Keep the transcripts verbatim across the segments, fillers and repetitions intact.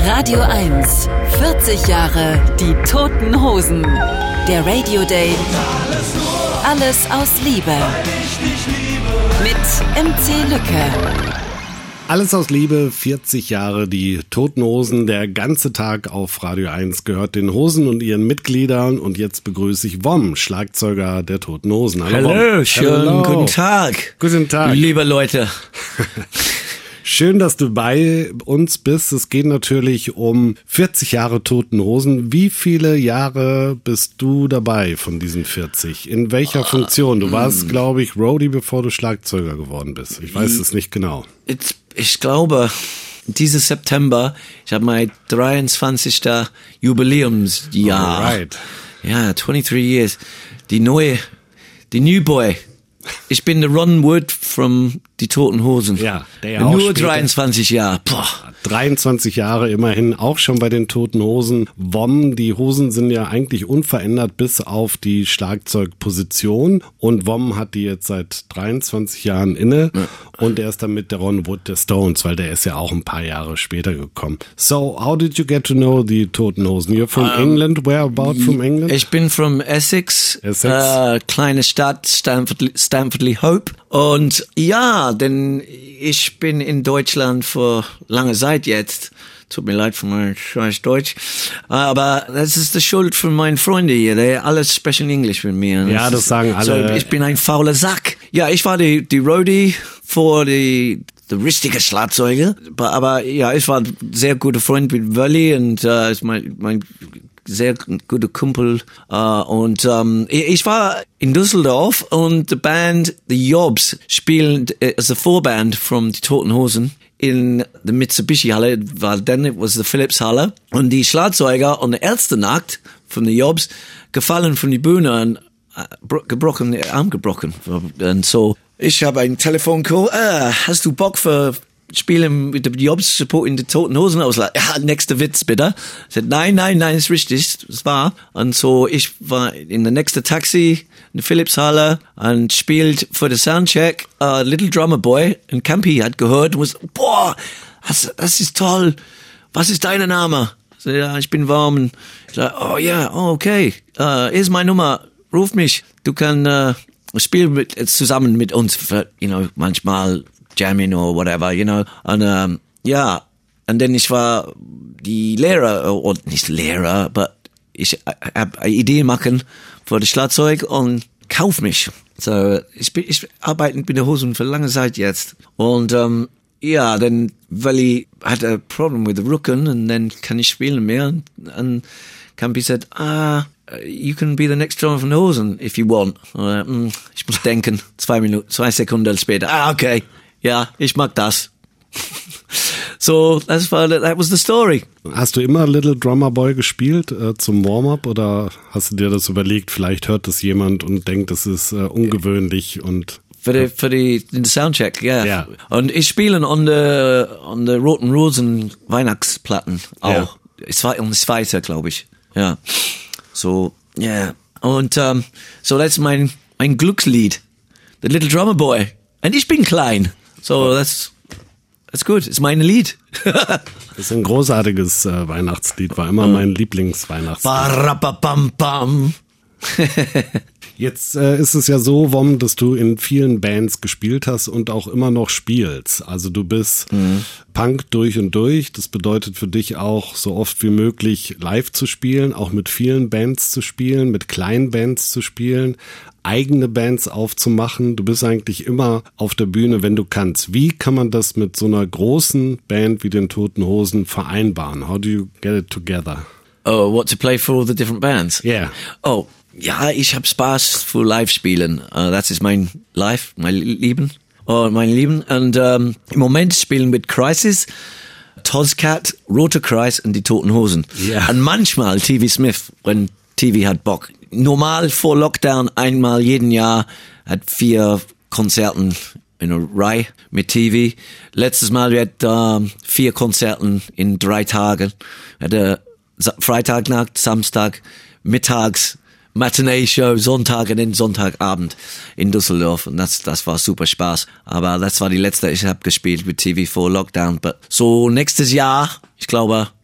Radio eins, vierzig Jahre die Toten Hosen. Der Radio Day. Alles aus Liebe. Mit M C Lücke. Alles aus Liebe, vierzig Jahre die Toten Hosen. Der ganze Tag auf Radio eins gehört den Hosen und ihren Mitgliedern. Und jetzt begrüße ich Wom, Schlagzeuger der Toten Hosen. Hallo, Hallo schönen Hello. Guten Tag. Guten Tag. Liebe Leute. Schön, dass du bei uns bist. Es geht natürlich um vierzig Jahre Toten Hosen. Wie viele Jahre bist du dabei von diesen vierzig? In welcher Funktion? Du warst, glaube ich, Roadie, bevor du Schlagzeuger geworden bist. Ich weiß es nicht genau. It's, ich glaube, dieses September, ich habe mein dreiundzwanzigsten Jubiläumsjahr. Alright. Ja, twenty-three years. Die neue, die New Boy. Ich bin der Ron Wood from die Toten Hosen. Ja, der ja auch Nur dreiundzwanzig Jahre. Boah. dreiundzwanzig Jahre immerhin, auch schon bei den Toten Hosen. Wom, die Hosen sind ja eigentlich unverändert bis auf die Schlagzeugposition. Und Wom hat die jetzt seit dreiundzwanzig Jahren inne. Ja. Und er ist damit der Ron Wood der Stones, weil der ist ja auch ein paar Jahre später gekommen. So, how did you get to know die Toten Hosen? You're from um, England? Where about from England? Ich bin from Essex. Essex. Äh, kleine Stadt, Stamford, Stamford-le-Hope. Und ja, denn ich bin in Deutschland vor langer Zeit jetzt. Tut mir leid für mein scheiß Deutsch. Aber das ist die Schuld von meinen Freunden hier. Die alles sprechen Englisch mit mir. Ja, das, das sagen alle. So, ich bin ein fauler Sack. Ja, ich war die, die Roadie vor die, der richtige Schlagzeuger. Aber ja, ich war ein sehr guter Freund mit Wölli und äh, ist mein, mein sehr guter Kumpel. Uh, und um, ich war in Düsseldorf und die Band The Jobs spielen als a Vorband from die Toten Hosen in der Mitsubishi-Halle, weil dann it was the Philips-Halle. Und die Schlagzeuger und der erste Nacht von The Jobs gefallen von die Bühne und uh, gebrochen, Arm gebrochen. Und so, ich habe ein Telefoncall. Ah, hast du Bock für Spielen mit den Jobs Support in die Toten Hosen aus? Ja, nächster Witz bitte. Ich sagte, nein, nein, nein, ist richtig, das war. Und so, ich war in der nächsten Taxi in der Philips-Halle und spielt für den Soundcheck uh, Little Drummer Boy. Und Campi hat gehört und was, boah, das, das ist toll. Was ist dein Name? Ich sagte, ja, ich bin Wom. Ich sagte, oh ja, yeah, oh, okay. Uh, hier ist meine Nummer. Ruf mich. Du kannst uh, spielen mit, zusammen mit uns. Für, you know, manchmal jamming or whatever, you know. Und um, ja, und dann ich war die Lehrer, oder nicht Lehrer, aber ich habe eine Idee machen für das Schlagzeug und kauf mich. So, ich bin, ich arbeite mit den Hosen für lange Zeit jetzt. Und um, ja, dann, weil ich hatte ein Problem mit dem Rücken und dann kann ich spielen mehr. Und, und Campi said, ah, you can be the next drummer von den Hosen if you want. Und, mm, ich muss denken, zwei Minuten, zwei Sekunden später, ah, okay. Ja, ich mag das. So, das war, that was the story. Hast du immer Little Drummer Boy gespielt äh, zum Warm-up oder hast du dir das überlegt, vielleicht hört das jemand und denkt, das ist äh, ungewöhnlich und für die, für die, den Soundcheck, ja. Yeah. Und ich spiele on the, on the Roten Rosen Weihnachtsplatten auch. Yeah. Es war um zweite, glaube ich. Ja. So, ja. Yeah. Und, um, so, das ist mein, mein Glückslied. The Little Drummer Boy. Und ich bin klein. So, das, das ist gut. Das ist mein Lied. Das ist ein großartiges äh, Weihnachtslied. War immer mein Lieblingsweihnachtslied. Ba-ra-ba-bam-bam. Jetzt äh, ist es ja so, Wom, dass du in vielen Bands gespielt hast und auch immer noch spielst. Also du bist mhm. Punk durch und durch. Das bedeutet für dich auch, so oft wie möglich live zu spielen, auch mit vielen Bands zu spielen, mit kleinen Bands zu spielen, eigene Bands aufzumachen. Du bist eigentlich immer auf der Bühne, wenn du kannst. Wie kann man das mit so einer großen Band wie den Toten Hosen vereinbaren? How do you get it together? Oh, what to play for all the different bands? Yeah. Oh, ja, ich hab Spaß für Live-Spielen. Uh, das ist mein Live, mein Leben. Oh, mein Leben. Und um, im Moment spielen mit Crisis, Tozcat, Roter Kreis und die Toten Hosen. Yeah. Und manchmal T V Smith, wenn T V hat Bock. Normal vor Lockdown einmal jeden Jahr hat vier Konzerten in einer Reihe mit T V. Letztes Mal wir hatten uh, vier Konzerten in drei Tagen. Wir hatten Freitagnacht, Samstag, mittags, Matinee-Show, Sonntag und dann Sonntagabend in Düsseldorf. Und das, das war super Spaß. Aber das war die letzte, ich habe gespielt mit T V vor Lockdown. But so nächstes Jahr, ich glaube,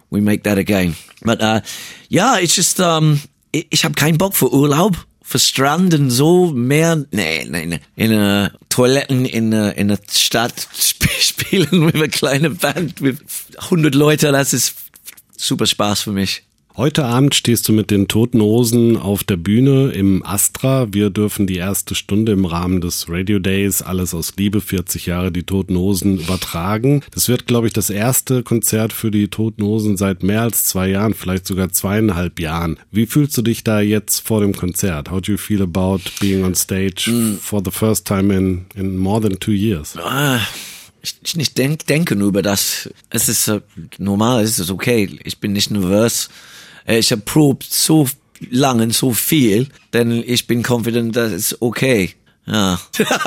we make that again. But uh, ja, it's just, um, ich, ich habe keinen Bock für Urlaub, für Strand und so mehr. Nee, nee, nee. In uh, Toiletten in uh, in der Stadt sp- spielen mit einer kleinen Band mit hundert Leuten, das ist super Spaß für mich. Heute Abend stehst du mit den Toten Hosen auf der Bühne im Astra. Wir dürfen die erste Stunde im Rahmen des Radio Days Alles aus Liebe, vierzig Jahre die Toten Hosen übertragen. Das wird, glaube ich, das erste Konzert für die Toten Hosen seit mehr als zwei Jahren, vielleicht sogar zweieinhalb Jahren. Wie fühlst du dich da jetzt vor dem Konzert? How do you feel about being on stage mm. for the first time in, in more than two years? Ah. Ich nicht denk, denke nur über das. Es ist uh, normal, es ist okay. Ich bin nicht nervös. Ich habe probt so lange, so viel, denn ich bin confident, das ist okay. Ja.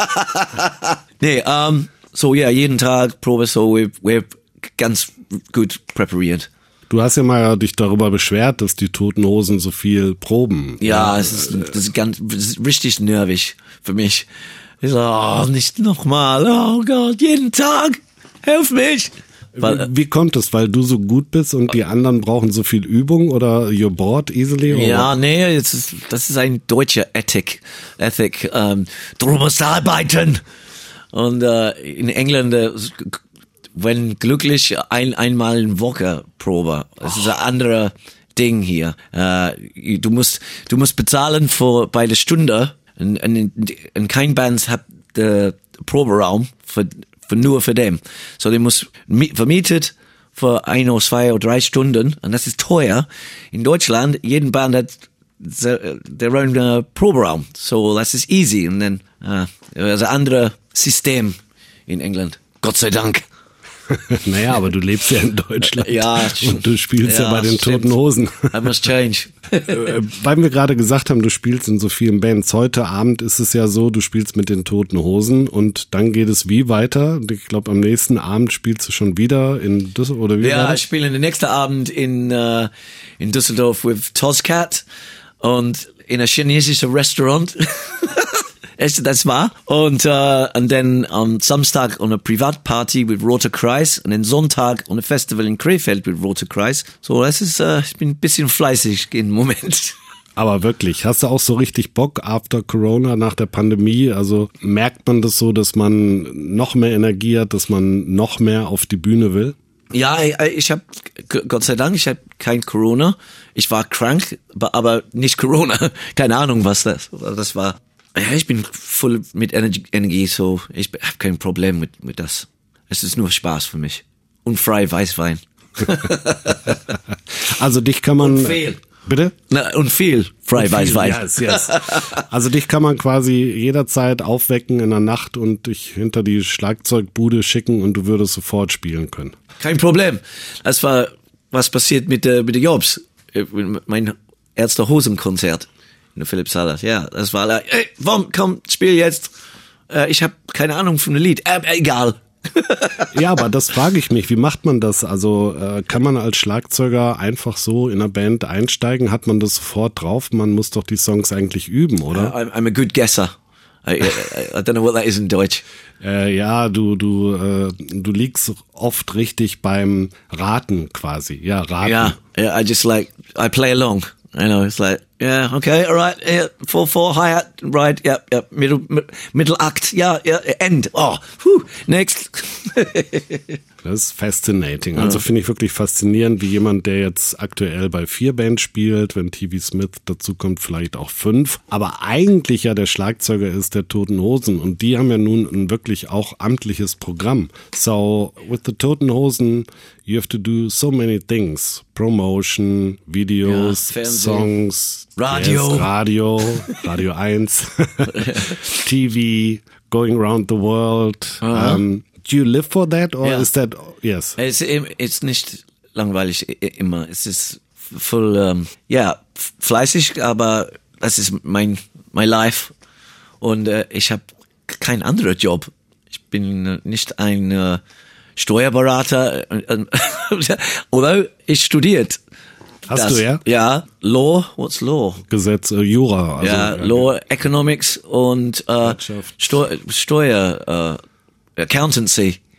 nee, um, so ja, yeah, jeden Tag Probe, so wir, wir ganz gut präpariert. Du hast ja mal dich darüber beschwert, dass die Toten Hosen so viel proben. Ja, ja. es ist, das ist ganz, das ist richtig nervig für mich. Ich so, oh, nicht nochmal, oh Gott, jeden Tag, hilf mich. Weil, wie kommt es? Weil du so gut bist und die anderen brauchen so viel Übung oder you're bored easily? Oder? Ja, nee, das ist, das ist ein deutscher Ethik. Ethik. Ähm, du musst arbeiten. Und äh, in England, äh, wenn glücklich, ein, einmal in Woche Probe. Das ist ein anderer Ding hier. Äh, du musst, du musst bezahlen für bei der Stunde. Und, und, und kein Band hat den Proberaum für Für nur für dem. So, der muss vermietet für ein oder zwei oder drei Stunden. Und das ist teuer. In Deutschland, jeden Band hat der own Proberaum. So, das ist easy. Und dann, uh, das ist ein anderes System in England. Gott sei Dank. Naja, aber du lebst ja in Deutschland. Ja, und du spielst ja, ja bei den stimmt. Toten Hosen. I must change. Weil wir gerade gesagt haben, du spielst in so vielen Bands. Heute Abend ist es ja so, du spielst mit den Toten Hosen und dann geht es wie weiter? Ich glaube, am nächsten Abend spielst du schon wieder in Düsseldorf, oder wie? Ja, ich spiele den nächsten Abend in, uh, in Düsseldorf with Toscat und in einem chinesischen Restaurant. Das war. Und, uh, und dann am Samstag eine Privatparty mit Roter Kreis und den Sonntag ein Festival in Krefeld mit Roter Kreis. So, das ist, uh, ich bin ein bisschen fleißig im Moment. Aber wirklich, hast du auch so richtig Bock after Corona, nach der Pandemie? Also merkt man das so, dass man noch mehr Energie hat, dass man noch mehr auf die Bühne will? Ja, ich, ich habe, Gott sei Dank, ich habe kein Corona. Ich war krank, aber nicht Corona. Keine Ahnung, was das, das war. Ja, ich bin voll mit Energie, Energie so ich habe kein Problem mit mit das. Es ist nur Spaß für mich. Und frei Weißwein. Also dich kann man... Und viel. Bitte? Na, und viel frei und Weißwein. Yes, yes. Also dich kann man quasi jederzeit aufwecken in der Nacht und dich hinter die Schlagzeugbude schicken und du würdest sofort spielen können. Kein Problem. Das war, was passiert mit der, mit der Jobs. Mein erster Hosenkonzert. In der Philippshalle, ja, das war da, ey, komm, komm, spiel jetzt. Äh, ich habe keine Ahnung von dem Lied, äh, egal. Ja, aber das frage ich mich, wie macht man das? Also äh, kann man als Schlagzeuger einfach so in einer Band einsteigen? Hat man das sofort drauf? Man muss doch die Songs eigentlich üben, oder? Uh, I'm, I'm a good guesser. I, I, I don't know what that is in Deutsch. Äh, ja, du du äh, du liegst oft richtig beim Raten quasi. Ja, raten. Yeah, yeah, I just like, I play along. You know, it's like, yeah, okay, all right, yeah, four, four, hi-hat, right, yeah, yeah, middle, middle act, yeah, yeah, end, oh, whew, next. Das ist fascinating. Also finde ich wirklich faszinierend, wie jemand, der jetzt aktuell bei vier Bands spielt, wenn T V Smith dazu kommt, vielleicht auch fünf, aber eigentlich ja der Schlagzeuger ist der Toten Hosen und die haben ja nun ein wirklich auch amtliches Programm. So, with the Toten Hosen, you have to do so many things. Promotion, Videos, ja, Songs, Radio, yes, Radio, Radio eins, T V, going around the world. Uh-huh. Um, do you live for that or ja. is that, yes? Es ist nicht langweilig immer. Es ist voll, um, ja, fleißig, aber das ist mein, mein Life. Und äh, ich habe keinen anderen Job. Ich bin nicht ein äh, Steuerberater, äh, oder ich studiert. Hast das, du, ja? Ja, Law, what's Law? Gesetz, äh, Jura. Also, ja, Law, Economics und äh, Steu- Steuer, äh, Accountancy.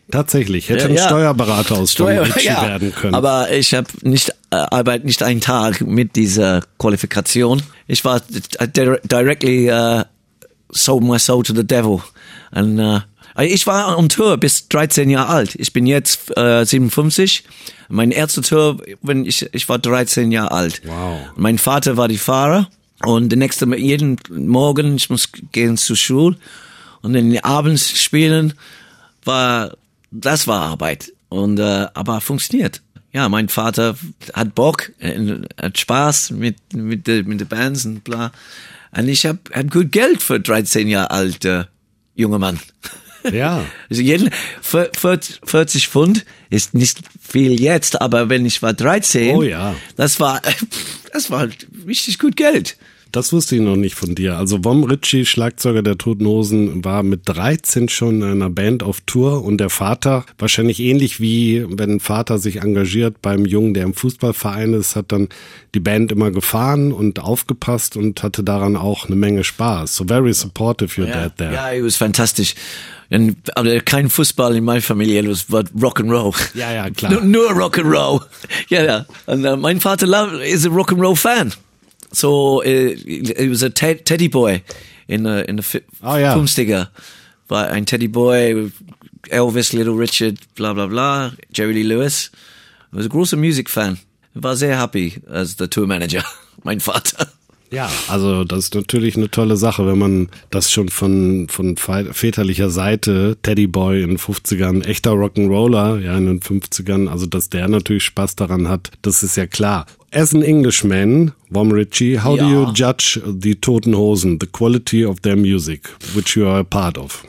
Tatsächlich, hätte Ja, ein ja. Steuerberater aus Steuer, Ritchie ja. werden können. Aber ich habe nicht äh, arbeite nicht einen Tag mit dieser Qualifikation. Ich war di- directly uh, sold my soul to the devil. Und uh, ich war on Tour bis dreizehn Jahre alt. Ich bin jetzt äh, siebenundfünfzig. Mein erster Tour, wenn ich ich war dreizehn Jahre alt. Wow. Mein Vater war die Fahrer und der nächste jeden Morgen ich muss gehen zur Schule und dann abends spielen war das war Arbeit und äh, aber funktioniert. Ja, mein Vater hat Bock, äh, hat Spaß mit mit der mit der Bands und bla. Und ich hab, hab gut Geld für dreizehn Jahre alter junger Mann. Ja. Also jeden vierzig Pfund ist nicht viel jetzt, aber wenn ich war dreizehn, Oh ja. das war das war richtig gut Geld. Das wusste ich noch nicht von dir. Also Vom Ritchie, Schlagzeuger der Toten Hosen, war mit dreizehn schon in einer Band auf Tour und der Vater, wahrscheinlich ähnlich wie wenn ein Vater sich engagiert beim Jungen, der im Fußballverein ist, hat dann die Band immer gefahren und aufgepasst und hatte daran auch eine Menge Spaß. So very supportive your Ja, dad there. ja, it was fantastisch. Und, aber kein Fußball in meiner Familie, es war Rock'n'Roll. Ja, ja, klar. Nur, nur Rock'n'Roll. Ja, ja. Und uh, mein Vater love, is a Rock'n'Roll fan. So, uh, he was a te- Teddy Boy in the, in the fi- Oh, ja. fünfziger. War ein Teddy Boy, Elvis, Little Richard, bla bla bla, Jerry Lee Lewis. Er war ein großer Musikfan. War sehr happy als der Tourmanager, mein Vater. Ja, also das ist natürlich eine tolle Sache, wenn man das schon von von väterlicher Seite, Teddy Boy in den fünfzigern, echter Rock'n'Roller, ja in den fünfzigern, also dass der natürlich Spaß daran hat, das ist ja klar. As an Englishman, Vom Ritchie, how Ja. do you judge the Toten Hosen, the quality of their music, which you are a part of?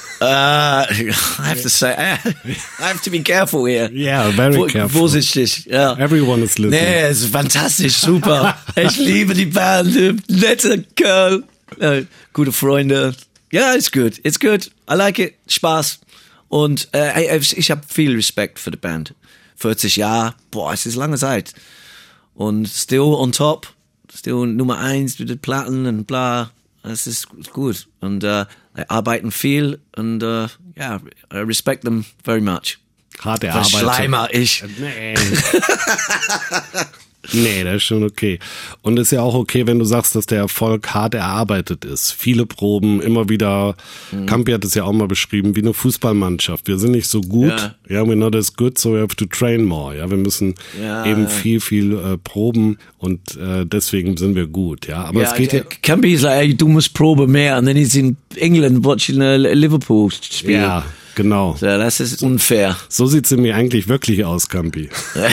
Uh, I have to say, I have to be careful here. Yeah, very Vor- careful. Vorsichtig, ja. Everyone is listening. Nee, es ist fantastisch, super. Ich liebe die Band, nette Kerl, äh, gute Freunde. Ja, it's good, it's good. I like it, Spaß. Und äh, ich, ich habe viel Respekt für die Band. vierzig Jahre, boah, es ist lange Zeit. Und still on top, still Nummer eins mit den Platten und bla. Es ist gut. Und äh, arbeiten viel und äh, ja, I respect them very much. Hart Was erarbeitet. Schleimer ich. Nee. Nee, das ist schon okay. Und ist ja auch okay, wenn du sagst, dass der Erfolg hart erarbeitet ist. Viele Proben, immer wieder, mhm. Campi hat es ja auch mal beschrieben, wie eine Fußballmannschaft. Wir sind nicht so gut, ja, ja we're not as good, so we have to train more. Ja, wir müssen ja, eben ja. viel, viel äh, proben und äh, deswegen sind wir gut. Ja, aber ja, es geht ja... Campi ist like, hey, du musst Probe mehr und dann ist in England watching uh, Liverpool spielen. Ja. Genau. Ja, das ist unfair. So sieht's nämlich eigentlich wirklich aus, Campi.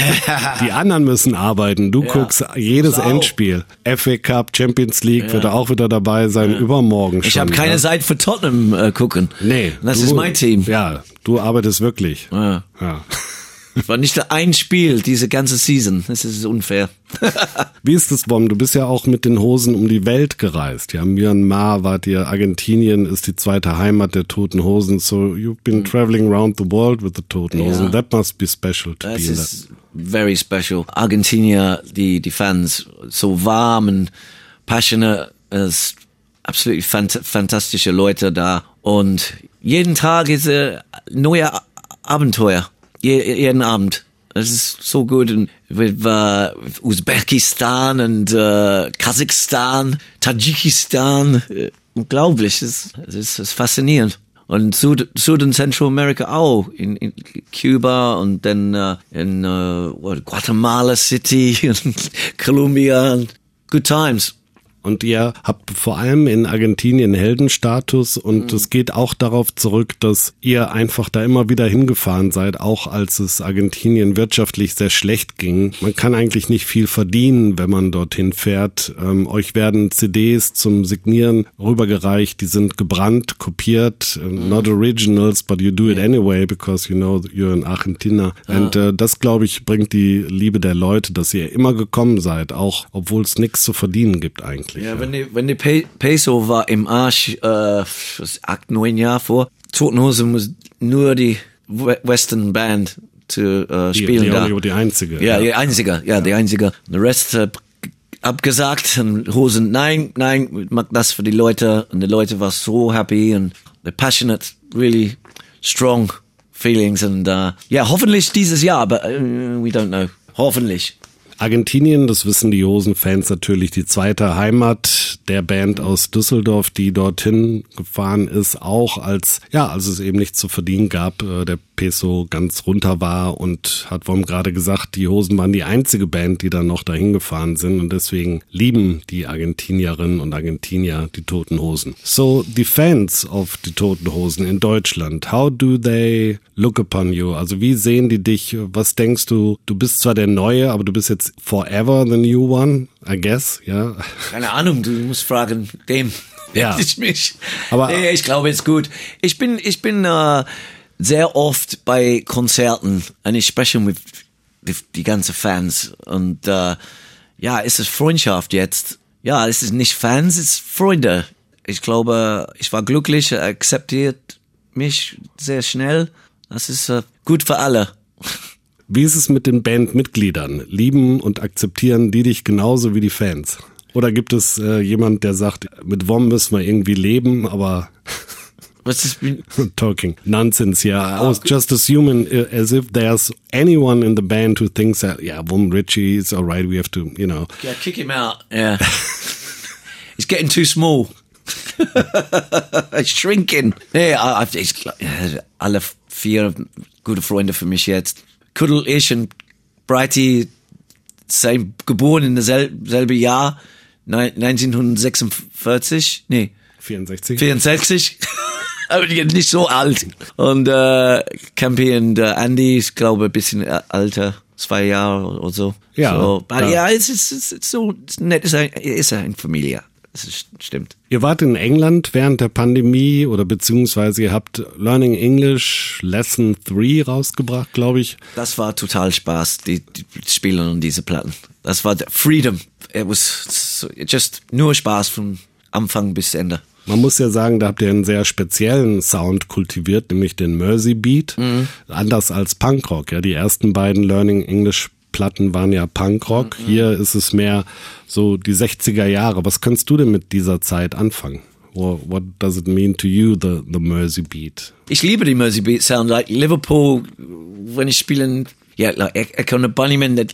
Die anderen müssen arbeiten. Du ja. guckst jedes Sau. Endspiel. F A Cup, Champions League ja. wird er auch wieder dabei sein, ja. übermorgen schon. Ich habe keine ja. Zeit für Tottenham äh, gucken. Nee. Das du, ist mein Team. Ja, du arbeitest wirklich. Ja. ja. Es war nicht ein Spiel, diese ganze Season. Das ist unfair. Wie ist das, Vom? Du bist ja auch mit den Hosen um die Welt gereist. Ja, Myanmar wart ihr, Argentinien ist die zweite Heimat der Toten Hosen. So you've been traveling around the world with the Toten Hosen. Ja. That must be special to das be in that. Ist very special. Argentinier, die, die Fans, so warm und passionate, es absolut fant- fantastische Leute da. Und jeden Tag ist ein neues Abenteuer. Jeden Abend. Es ist so gut. Und wir waren Usbekistan und äh, Kasachstan, Tadschikistan. Äh, unglaublich. Es, es, ist, es ist faszinierend. Und Süd, Süd- und Zentralamerika auch. In, in Kuba und dann äh, in äh, what, Guatemala City und Colombia. Good times. Und ihr habt vor allem in Argentinien Heldenstatus und es mhm. geht auch darauf zurück, dass ihr einfach da immer wieder hingefahren seid, auch als es Argentinien wirtschaftlich sehr schlecht ging. Man kann eigentlich nicht viel verdienen, wenn man dorthin fährt. Ähm, euch werden C Ds zum Signieren rübergereicht, die sind gebrannt, kopiert, mhm. not originals, but you do it anyway, because you know you're in Argentina. Ja. Und äh, das, glaube ich, bringt die Liebe der Leute, dass ihr immer gekommen seid, auch obwohl es nichts zu verdienen gibt eigentlich. Ja, ja, wenn die, wenn die Peso war im Arsch, äh, acht, neun Jahre vor, Toten Hosen muss nur die Western Band zu äh, spielen die, die, da. Die, die einzige. Ja, ja, die einzige, ja, ja. die einzige. Der Rest äh, abgesagt und Hosen, nein, nein, ich mag das für die Leute und die Leute waren so happy und they're passionate, really strong feelings und uh, ja, hoffentlich dieses Jahr, but uh, we don't know. Hoffentlich. Argentinien, das wissen die Hosen-Fans natürlich, die zweite Heimat der Band aus Düsseldorf, die dorthin gefahren ist, auch als, ja, als es eben nichts zu verdienen gab, der Peso ganz runter war und hat Wom gerade gesagt, die Hosen waren die einzige Band, die dann noch dahin gefahren sind und deswegen lieben die Argentinierinnen und Argentinier die Toten Hosen. So, the fans of die Toten Hosen in Deutschland, how do they look upon you? Also wie sehen die dich? Was denkst du? Du bist zwar der Neue, aber du bist jetzt forever the new one, I guess, ja. Keine Ahnung, du musst fragen, dem. Ja. Ich mich. Aber nee, ich glaube, es ist gut. Ich bin, ich bin äh, sehr oft bei Konzerten und ich spreche mit die, die ganzen Fans und äh, ja, es ist Freundschaft jetzt. Ja, es ist nicht Fans, es ist Freunde. Ich glaube, ich war glücklich, er akzeptiert mich sehr schnell. Das ist äh, gut für alle. Wie ist es mit den Bandmitgliedern? Lieben und akzeptieren die dich genauso wie die Fans? Oder gibt es äh, jemand, der sagt, mit Wom müssen wir irgendwie leben, aber was ist talking nonsense? Yeah, I was just assuming as if there's anyone in the band who thinks that, yeah, Wom Richie is all right, we have to, you know. Yeah, kick him out. Yeah. He's getting too small. He's shrinking. Nee, ich, alle vier gute Freunde für mich jetzt. Kuddel, ich und Brighty sind geboren in derselbe Jahr, neunzehnhundertsechsundvierzig, nee. vierundsechzig. vierundsechzig. Aber die sind nicht so alt. Und äh, Campy und äh, Andy, ich glaube, ein bisschen älter, zwei Jahre oder so. Ja. So, aber ja, ja, es ist, es ist so nett, es ist ein, ist eine Familie. Das ist, stimmt. Ihr wart in England während der Pandemie oder beziehungsweise ihr habt Learning English Lesson drei rausgebracht, glaube ich. Das war total Spaß, die, die Spiele und diese Platten. Das war Freedom. It was just nur Spaß von Anfang bis Ende. Man muss ja sagen, da habt ihr einen sehr speziellen Sound kultiviert, nämlich den Mersey Beat. Mhm. Anders als Punkrock. Ja, die ersten beiden Learning English Platten waren ja Punkrock. Mhm. Hier ist es mehr so die sechziger Jahre. Was kannst du denn mit dieser Zeit anfangen? What, what does it mean to you, the, the Mersey Beat? Ich liebe die Mersey Beat Sound. Like Liverpool, wenn ich spiele, ja, like Echo and the Bunnymen, that,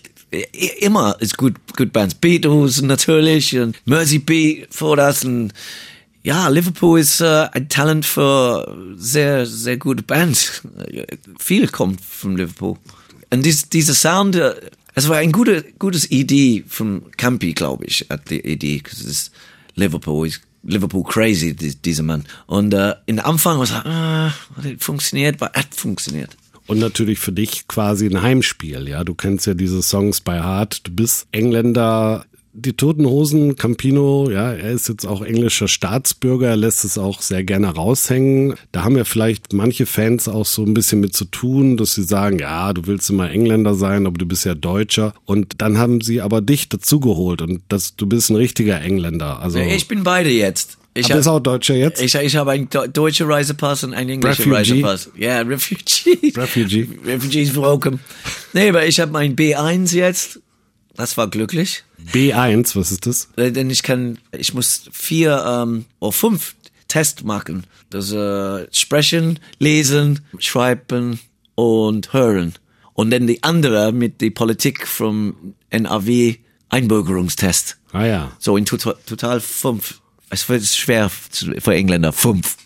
immer ist gut, gut Bands. Beatles natürlich und Mersey Beat vor das und ja, Liverpool ist uh, ein Talent für sehr, sehr gute Bands. Viel kommt von Liverpool. Und dies, dieser Sound, uh, es war ein gute, gutes Idee von Campy, glaube ich, at die Idee, because it's Liverpool, ist Liverpool crazy, die, dieser Mann. Und uh, in der Anfang war es, ah, hat funktioniert, aber hat funktioniert. Und natürlich für dich quasi ein Heimspiel, ja. Du kennst ja diese Songs by heart. Du bist Engländer. Die Toten Hosen, Campino, ja, er ist jetzt auch englischer Staatsbürger, er lässt es auch sehr gerne raushängen. Da haben ja vielleicht manche Fans auch so ein bisschen mit zu tun, dass sie sagen, ja, du willst immer Engländer sein, aber du bist ja Deutscher. Und dann haben sie aber dich dazugeholt und das, du bist ein richtiger Engländer. Also ich bin beide jetzt. Ich aber ist auch Deutscher jetzt? Ich, ich habe einen deutschen Reisepass und einen englischen Refugee. Reisepass. Ja, yeah, Refugee. Refugee. Refugees welcome. Nee, aber ich habe mein B eins jetzt. Das war glücklich. B eins, was ist das? Denn ich kann, ich muss vier ähm, oder fünf Tests machen. Das äh, Sprechen, Lesen, Schreiben und Hören. Und dann die andere mit der Politik vom N R W Einbürgerungstest. Ah ja. So in total, total fünf. Es wird schwer für Engländer, fünf.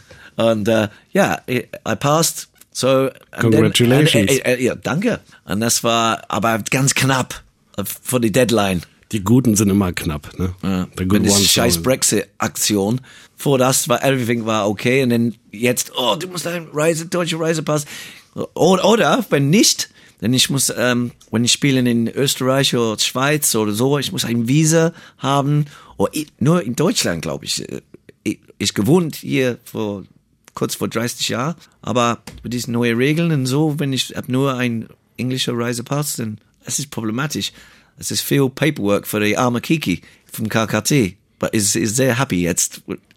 Und äh, ja, I, I passed. So, congratulations. Then, and, uh, uh, ja, danke. Und das war aber ganz knapp für die Deadline. Die Guten sind immer knapp, ne? Ja. Wenn das scheiß Brexit-Aktion, vor das war, everything war okay, und dann jetzt, oh, du musst einen Reise, deutsche Reisepass. Oder, oder, wenn nicht, denn ich muss, ähm, wenn ich spiele in Österreich oder Schweiz oder so, ich muss ein Visa haben, oder ich, nur in Deutschland, glaube ich. Ich, ich gewohnt hier vor, kurz vor dreißig Jahren, aber mit diesen neuen Regeln und so, wenn ich hab nur ein englischer Reisepass, dann es ist problematisch. Es ist viel Paperwork für die arme Kiki vom K K T. Aber ist ist sehr happy jetzt.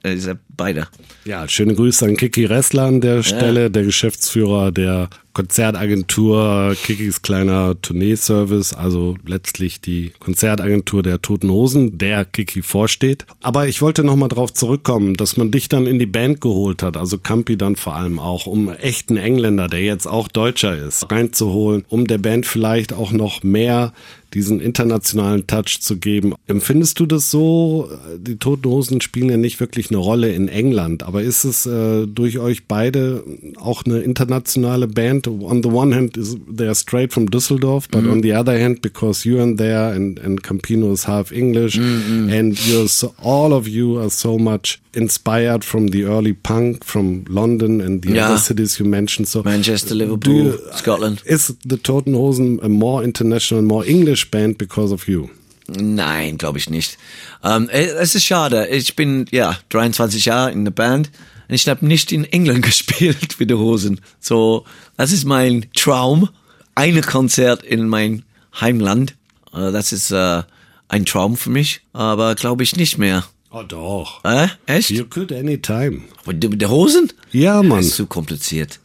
äh, beide. Ja, schöne Grüße an Kiki Ressler an der Stelle, ja. Der Geschäftsführer der Konzertagentur Kikis kleiner Tourneeservice, also letztlich die Konzertagentur der Toten Hosen, der Kiki vorsteht. Aber ich wollte nochmal drauf zurückkommen, dass man dich dann in die Band geholt hat, also Campi dann vor allem auch, um echten Engländer, der jetzt auch Deutscher ist, reinzuholen, um der Band vielleicht auch noch mehr diesen internationalen Touch zu geben. Empfindest du das so? Die Toten Hosen spielen ja nicht wirklich eine Rolle in England, aber ist es äh, durch euch beide auch eine internationale Band? On the one hand, is they're straight from Düsseldorf, but mm. on the other hand, because you're in there and, and Campino is half English, mm-hmm. and you're so, all of you are so much inspired from the early punk from London and the yeah. other cities you mentioned. So Manchester, Liverpool, you, Scotland. Is the Toten Hosen a more international, more English band because of you? Nein, glaube ich nicht. Ähm, es ist schade. Ich bin ja dreiundzwanzig Jahre in der Band und ich habe nicht in England gespielt wie die Hosen. So, das ist mein Traum. Ein Konzert in mein Heimland. Das ist äh, ein Traum für mich, aber glaube ich nicht mehr. Oh doch. Äh, echt? You could anytime. Mit der Hosen? Ja, Mann. Das ist zu kompliziert.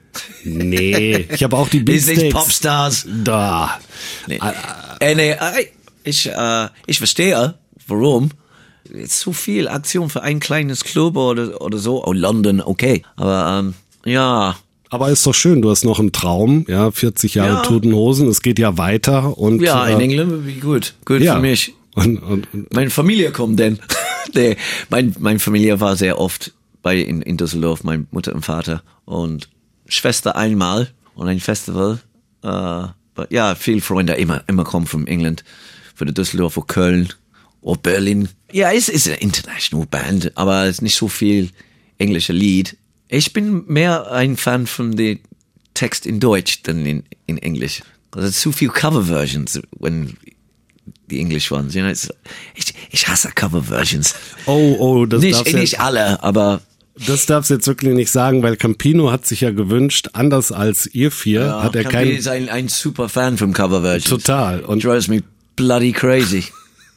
Nee, ich habe auch die Beatsteaks. Ist nicht Popstars. Da. Nee, äh, nee ich, äh, ich verstehe, warum. Jetzt so viel Aktion für ein kleines Club oder, oder so. Oh, London, okay. Aber, ähm, ja. Aber ist doch schön, du hast noch einen Traum, ja, vierzig Jahre ja. Toten Hosen, es geht ja weiter und. Ja, in äh, England, wie gut. Gut ja. für mich. Und, und, und meine Familie kommt denn. nee, mein, meine Familie war sehr oft bei in, in Düsseldorf, meine Mutter und Vater und Schwester einmal und ein Festival. Uh, but ja, viele Freunde immer, immer kommen von England, für die Düsseldorf oder Köln oder Berlin. Ja, es ist eine international Band, aber es ist nicht so viel englische Lied. Ich bin mehr ein Fan von dem Text in Deutsch denn in, in Englisch. Also zu viel Cover-Versions, when die English ones, you know, it's, ich, ich hasse Cover-Versions. Oh, oh, das nicht, nicht jetzt, alle, aber das darfst du jetzt wirklich nicht sagen, weil Campino hat sich ja gewünscht, anders als ihr vier, ja, hat er Campino kein... ist ein, ein super Fan von Cover-Versions. Total. Und drives me bloody crazy.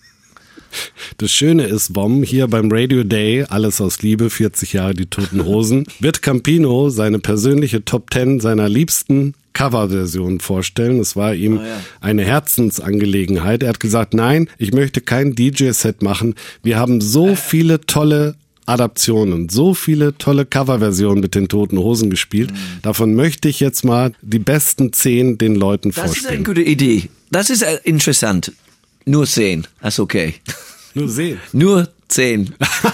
Das Schöne ist, Bom, hier beim Radio Day, alles aus Liebe, vierzig Jahre die Toten Hosen, wird Campino seine persönliche Top Ten seiner liebsten Coverversion vorstellen. Es war ihm oh ja. eine Herzensangelegenheit. Er hat gesagt, nein, ich möchte kein D J-Set machen. Wir haben so viele tolle Adaptionen, so viele tolle Coverversionen mit den Toten Hosen gespielt. Mhm. Davon möchte ich jetzt mal die besten zehn den Leuten das vorstellen. Das ist eine gute Idee. Das ist interessant. Nur zehn. Das ist okay. Nur zehn? Nur zehn.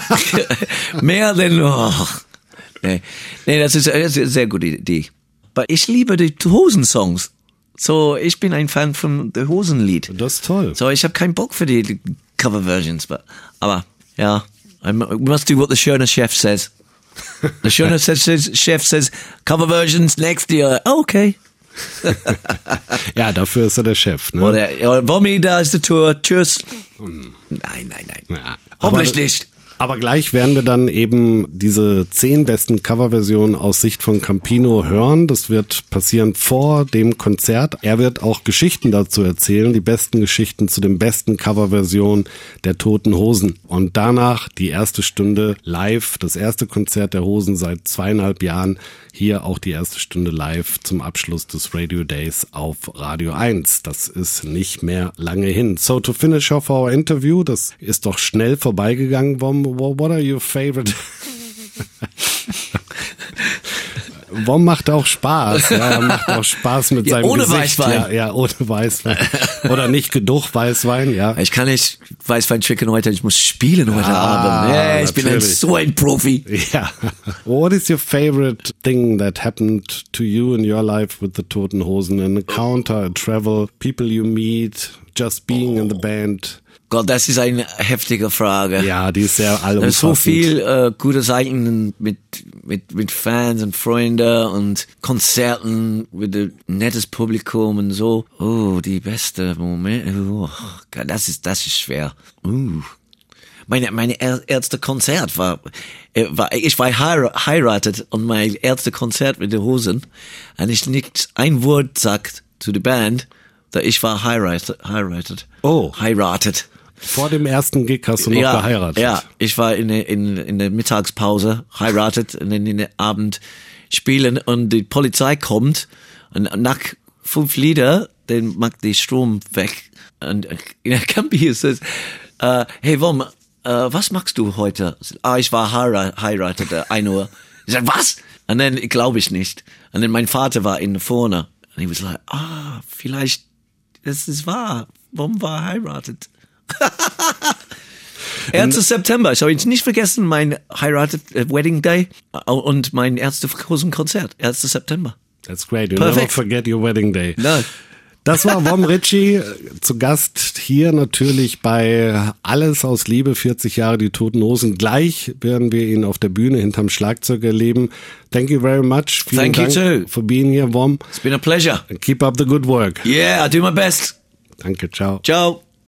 Mehr denn noch. Nee. nee, das ist eine sehr gute Idee. Aber ich liebe die Hosen-Songs. So, ich bin ein Fan von der Hosenlied. Das ist toll. So, ich habe keinen Bock für die, die Cover-Versions. Aber, ja, I must do what the Schöner Chef says. The Schöner Chef says, Cover-Versions next year. Oh, okay. Ja, dafür ist er der Chef, ne? Oder, Wommi, da ist die Tour. Tschüss. Nein, nein, nein. Ja, hoffentlich nicht. Aber gleich werden wir dann eben diese zehn besten Coverversionen aus Sicht von Campino hören. Das wird passieren vor dem Konzert. Er wird auch Geschichten dazu erzählen, die besten Geschichten zu den besten Coverversionen der Toten Hosen. Und danach die erste Stunde live, das erste Konzert der Hosen seit zweieinhalb Jahren. Hier auch die erste Stunde live zum Abschluss des Radio Days auf Radio eins. Das ist nicht mehr lange hin. So, to finish off our interview, das ist doch schnell vorbeigegangen. What are your favorite? Wom macht auch Spaß, ja, macht auch Spaß mit ja, seinem ohne Gesicht. Weißwein. Ja, ja, ohne Weißwein. Oder nicht genug Weißwein, ja. Ich kann nicht Weißwein trinken heute, ich muss spielen heute ah, Abend. Ja, ich natürlich. bin ein, so ein Profi. Ja. What is your favorite thing that happened to you in your life with the Toten Hosen? An encounter, a travel, people you meet, just being oh. in the band? Gott, das ist eine heftige Frage. Ja, die ist sehr allumfassend. Da ist so viel äh, gute Seiten mit mit mit Fans und Freunden und Konzerten mit ein nettes Publikum und so. Oh, die beste Moment. Oh, das ist das ist schwer. Uh. Meine meine erste Konzert war war ich war heiratet und mein erste Konzert mit den Hosen und ich nicht ein Wort sagt zu der Band, da ich war heiratet heiratet. Oh, heiratet. Vor dem ersten Gig hast du noch ja, geheiratet. Ja, ich war in der, in, in der Mittagspause heiratet und dann in der Abend spielen und die Polizei kommt und nach fünf Lieder, dann macht die Strom weg. Und in der Campi ist es, uh, hey Wom, uh, was machst du heute? Ah, ich war heiratet, uh, ein Uhr. Ich sag, was? Und dann glaube ich nicht. Und dann mein Vater war in vorne. Und ich war like, ah, vielleicht, das ist wahr. Wom war heiratet. erster September, ich habe jetzt nicht vergessen, mein heiratet uh, Wedding Day und mein erster Konzert, erster September. That's great. You Perfect. never forget your wedding day. No. Das war Wom Ritchie, zu Gast hier natürlich bei Alles aus Liebe, vierzig Jahre die Toten Hosen. Gleich werden wir ihn auf der Bühne hinterm Schlagzeug erleben. Thank you very much. Vielen Thank Dank you too. for being here, Wom. It's been a pleasure. Keep up the good work. Yeah, I do my best. Danke, ciao. Ciao.